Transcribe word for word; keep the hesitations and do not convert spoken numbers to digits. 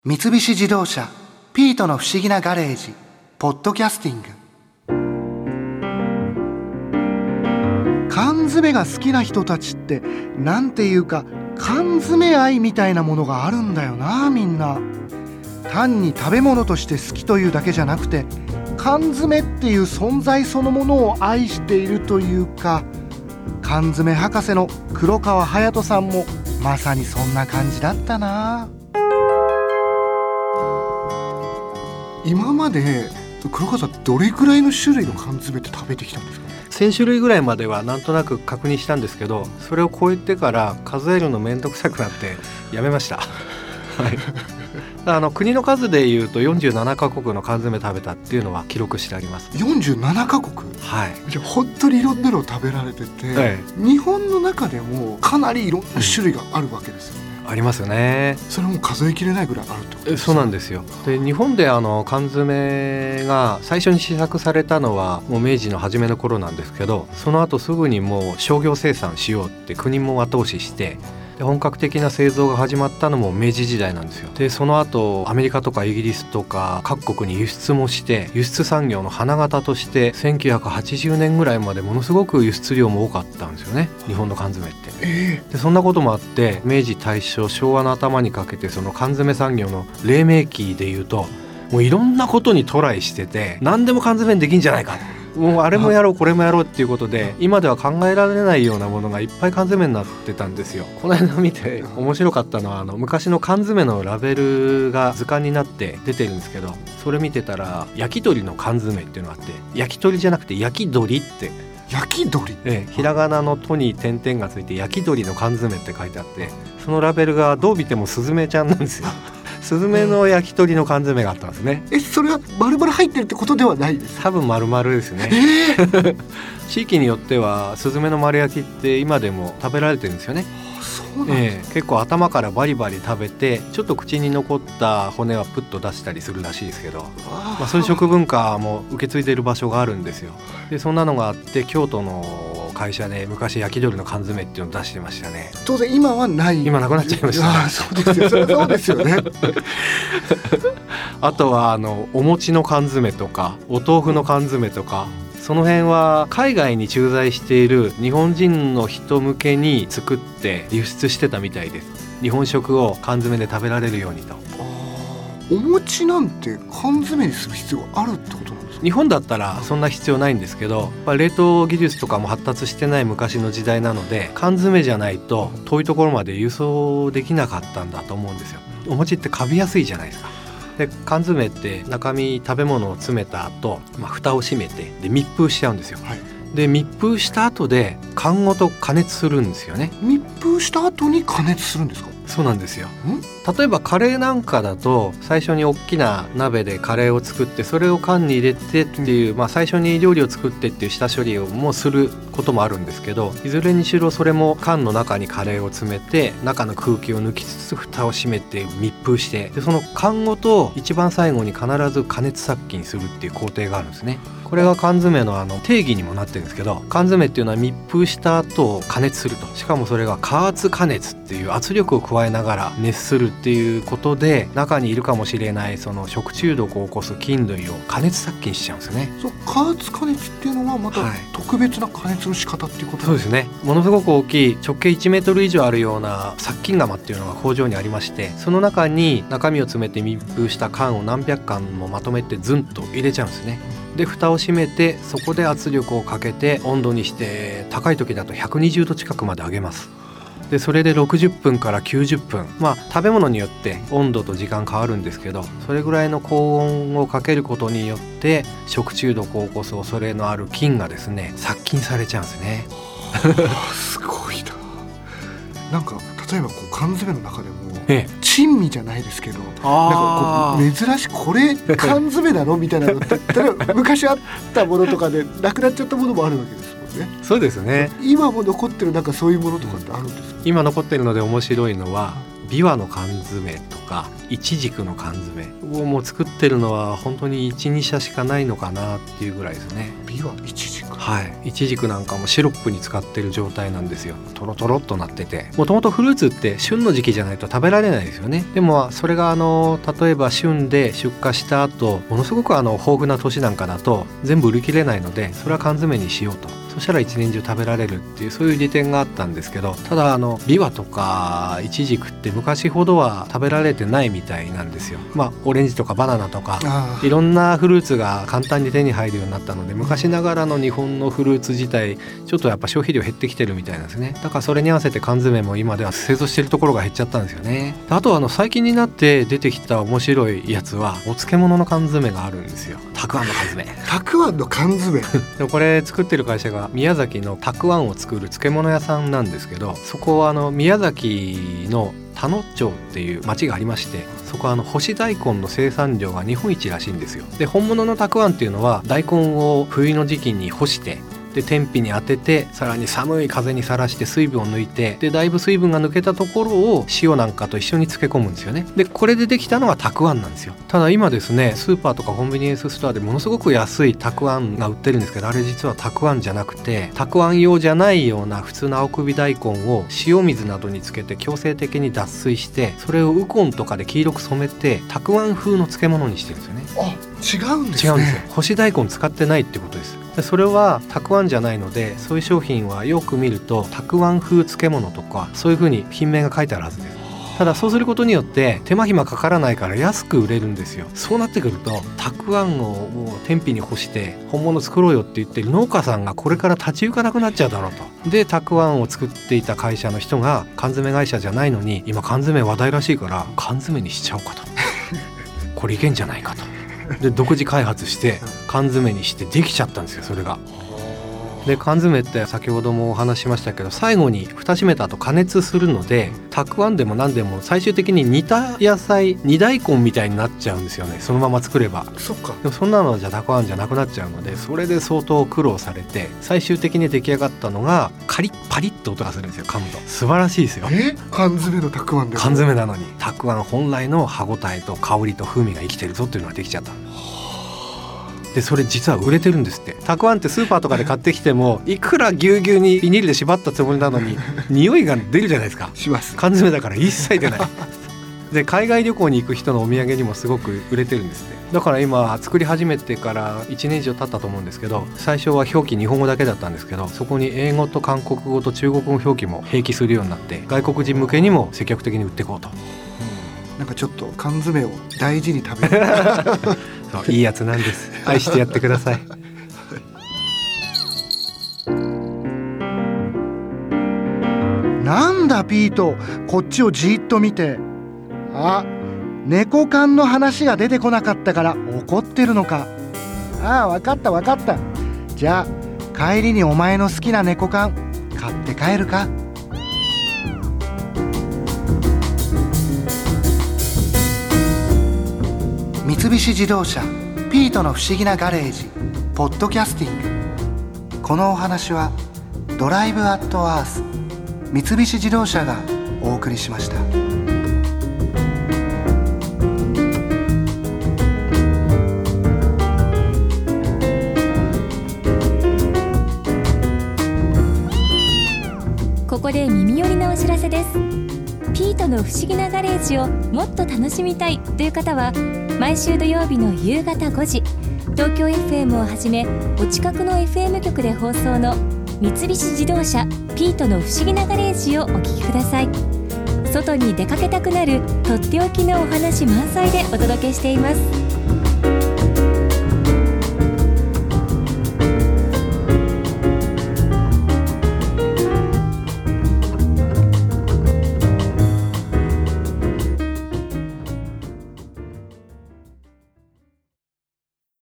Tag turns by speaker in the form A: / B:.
A: 三菱自動車ピートの不思議なガレージポッドキャスティング。缶詰が好きな人たちってなんていうか缶詰愛みたいなものがあるんだよな。みんな単に食べ物として好きというだけじゃなくて缶詰っていう存在そのものを愛しているというか、缶詰博士の黒川隼人さんもまさにそんな感じだったな。今まで黒川さんどれくらいの種類の缶詰って食べてきたんですか？
B: せん種類ぐらいまではなんとなく確認したんですけど、それを超えてから数えるのめんどくさくなってやめました、はい、あの国の数でいうとよんじゅうななカ国の缶詰食べたっていうのは記録してあります。
A: よんじゅうななカ国、
B: はい、
A: じゃあ本当にいろんなのを食べられてて、はい、日本の中でもかなりいろんな種類があるわけですよね、
B: うん、ありますよね。そ
A: れも数えきれないぐらいあるってことですか？
B: そうなんですよ。で日本であの缶詰が最初に試作されたのはもう明治の初めの頃なんですけど、その後すぐにもう商業生産しようって国も後押ししてで本格的な製造が始まったのも明治時代なんですよ。でその後アメリカとかイギリスとか各国に輸出もして輸出産業の花形としてせんきゅうひゃくはちじゅうねんぐらいまでものすごく輸出量も多かったんですよね、日本の缶詰って、えー、でそんなこともあって明治大正昭和の頭にかけてその缶詰産業の黎明期でいうともういろんなことにトライしてて何でも缶詰にできんじゃないか、もうあれもやろうこれもやろうっていうことで今では考えられないようなものがいっぱい缶詰になってたんですよ。この間見て面白かったのはあの昔の缶詰のラベルが図鑑になって出てるんですけど、それ見てたら焼き鳥の缶詰っていうのがあって、焼き鳥じゃなくて焼き鳥って
A: 焼き鳥、
B: ええ、ひらがなのとに点々がついて焼き鳥の缶詰って書いてあって、そのラベルがどう見てもスズメちゃんなんですよスズメの焼き鳥の缶詰があったんですね。
A: え、それは丸々入ってるってことではないですか？
B: 多分丸々ですね、えー、地域によってはスズメの丸焼きって今でも食べられてるんですよね。
A: そうなんです、
B: えー、結構頭からバリバリ食べてちょっと口に残った骨はプッと出したりするらしいですけど、あ、まあ、そういう食文化も受け継いでいる場所があるんですよ。でそんなのがあって京都の会社で昔焼き鳥の缶詰っていうのを出してましたね。
A: 当然今はない。
B: 今なくなっちゃいました。
A: あ、そうですよ、それはそうですよね
B: あとはあのお餅の缶詰とかお豆腐の缶詰とか、その辺は海外に駐在している日本人の人向けに作って輸出してたみたいです。日本食を缶詰で食べられるようにと。
A: お餅なんて缶詰にする必要あるってことなんですか？
B: 日本だったらそんな必要ないんですけど、冷凍技術とかも発達してない昔の時代なので缶詰じゃないと遠いところまで輸送できなかったんだと思うんですよ。お餅ってカビやすいじゃないですか。で缶詰って中身食べ物を詰めた後、まあ、蓋を閉めてで密封しちゃうんですよ、はい、で密封した後で缶ごと加熱するんですよね。
A: 密封した後に加熱するんですか？
B: そうなんですよ。例えばカレーなんかだと最初に大きな鍋でカレーを作ってそれを缶に入れてっていう、まあ、最初に料理を作ってっていう下処理をもうすることもあるんですけど、いずれにしろそれも缶の中にカレーを詰めて中の空気を抜きつつ蓋を閉めて密封して、でその缶ごと一番最後に必ず加熱殺菌するっていう工程があるんですね。これが缶詰のあの定義にもなってるんですけど、缶詰っていうのは密封した後加熱すると、しかもそれが加圧加熱っていう圧力を加えながら熱するっていうことで中にいるかもしれないその食中毒を起こす菌類を加熱殺菌しちゃうんですよね。
A: そう加圧加熱っていうのはまた特別な加熱の仕方っていうこと
B: なんですか？そうですね。ものすごく大きい直径いちメートル以上あるような殺菌釜っていうのが工場にありまして、その中に中身を詰めて密封した缶を何百缶もまとめてズンと入れちゃうんですね。で蓋を閉めてそこで圧力をかけて温度にして高い時だとひゃくにじゅうど近くまで上げます。でそれでろくじゅっぷんからきゅうじゅっぷん、まあ食べ物によって温度と時間変わるんですけど、それぐらいの高温をかけることによって食中毒を起こす恐れのある菌がですね殺菌されちゃうんですね
A: すごいな。なんか例えばこう缶詰の中でも
B: ええ、
A: 珍味じゃないですけど、なんかこう珍しいこれ缶詰なのみたいなのって例えば昔あったものとかでなくなっちゃったものもあるわけですもんね。
B: そうですね。
A: 今も残ってるなんかそういうものとかってあるんですか？
B: 今残ってるので面白いのはビワの缶詰とかイチジクの缶詰をもう作ってるのは本当に いち,に 社しかないのかなっていうぐらいですね。
A: ビワ、イチジク、
B: はい、イチジクなんかもシロップに使ってる状態なんですよ。トロトロっとなってて、もともとフルーツって旬の時期じゃないと食べられないですよね。でもそれがあの例えば旬で出荷した後ものすごくあの豊富な年なんかだと全部売り切れないので、それは缶詰にしようと。そしたら一年中食べられるっていうそういう利点があったんですけど、ただあのビワとかイチジクって昔ほどは食べられてないみたいなんですよ。まあオレンジとかバナナとかいろんなフルーツが簡単に手に入るようになったので、昔ながらの日本のフルーツ自体ちょっとやっぱ消費量減ってきてるみたいなんですね。だからそれに合わせて缶詰も今では製造してるところが減っちゃったんですよね。あとはあの最近になって出てきた面白いやつはお漬物の缶詰があるんですよ。たくあんの缶詰
A: たくあんの缶詰
B: でこれ作ってる会社が宮崎のたくあんを作る漬物屋さんなんですけど、そこはあの宮崎の田野町っていう町がありまして、そこはあの干し大根の生産量が日本一らしいんですよ。で本物のたくあんっていうのは大根を冬の時期に干してで天日に当てて、さらに寒い風にさらして水分を抜いて、でだいぶ水分が抜けたところを塩なんかと一緒に漬け込むんですよね。でこれでできたのがたくあんなんですよ。ただ今ですね、スーパーとかコンビニエンスストアでものすごく安いたくあんが売ってるんですけど、あれ実はたくあんじゃなくて、たくあん用じゃないような普通の青首大根を塩水などにつけて強制的に脱水して、それをウコンとかで黄色く染めてたくあん風の漬物にしてるんですよね。
A: あ、違うんですね。
B: 違うんですよ。干し大根使ってないってことです。でそれはたくあんじゃないので、そういう商品はよく見るとたくあん風漬物とかそういう風に品名が書いてあるはずです。ただそうすることによって手間暇かからないから安く売れるんですよ。そうなってくるとたくあんをもう天日に干して本物作ろうよって言ってる農家さんがこれから立ち行かなくなっちゃうだろうと。でたくあんを作っていた会社の人が缶詰会社じゃないのに今缶詰話題らしいから缶詰にしちゃおうかとこれいけんじゃないかとで独自開発して缶詰にしてできちゃったんですよ、それが。で缶詰って先ほどもお話ししましたけど、最後に蓋閉めた後加熱するので、たくあんでも何でも最終的に煮た野菜煮大根みたいになっちゃうんですよね、そのまま作れば。
A: そっか。
B: でもそんなのじゃたくあんじゃなくなっちゃうので、それで相当苦労されて最終的に出来上がったのがカリッパリッと音がするんですよ、噛むと。素晴らしいですよ。
A: え缶詰のたくあんでも
B: 缶詰なのにたくあん本来の歯ごたえと香りと風味が生きてるぞっていうのができちゃった。でそれ実は売れてるんですって。たくあんってスーパーとかで買ってきてもいくらぎゅうぎゅうにビニールで縛ったつもりなのに匂いが出るじゃないですか。
A: します。
B: 缶詰だから一切出ないで海外旅行に行く人のお土産にもすごく売れてるんですって。だから今作り始めてからいちねん以上経ったと思うんですけど、最初は表記日本語だけだったんですけど、そこに英語と韓国語と中国語表記も併記するようになって、外国人向けにも積極的に売っていこうと。
A: なんかちょっと缶詰を大事に食べる
B: そういいやつなんです。愛してやってください
A: なんだピート、こっちをじーっと見て。あ、猫缶の話が出てこなかったから怒ってるのか。ああ、わかったわかった。じゃあ帰りにお前の好きな猫缶買って帰るか。三菱自動車ピートの不思議なガレージポッドキャスティング。このお話はドライブアットアース三菱自動車がお送りしました。
C: ここで耳寄りなお知らせです。ピートの不思議なガレージをもっと楽しみたいという方は、毎週土曜日の夕方ごじ、東京 エフエム をはじめお近くの エフエム 局で放送の三菱自動車ピートの不思議なガレージをお聞きください。外に出かけたくなるとっておきのお話満載でお届けしています。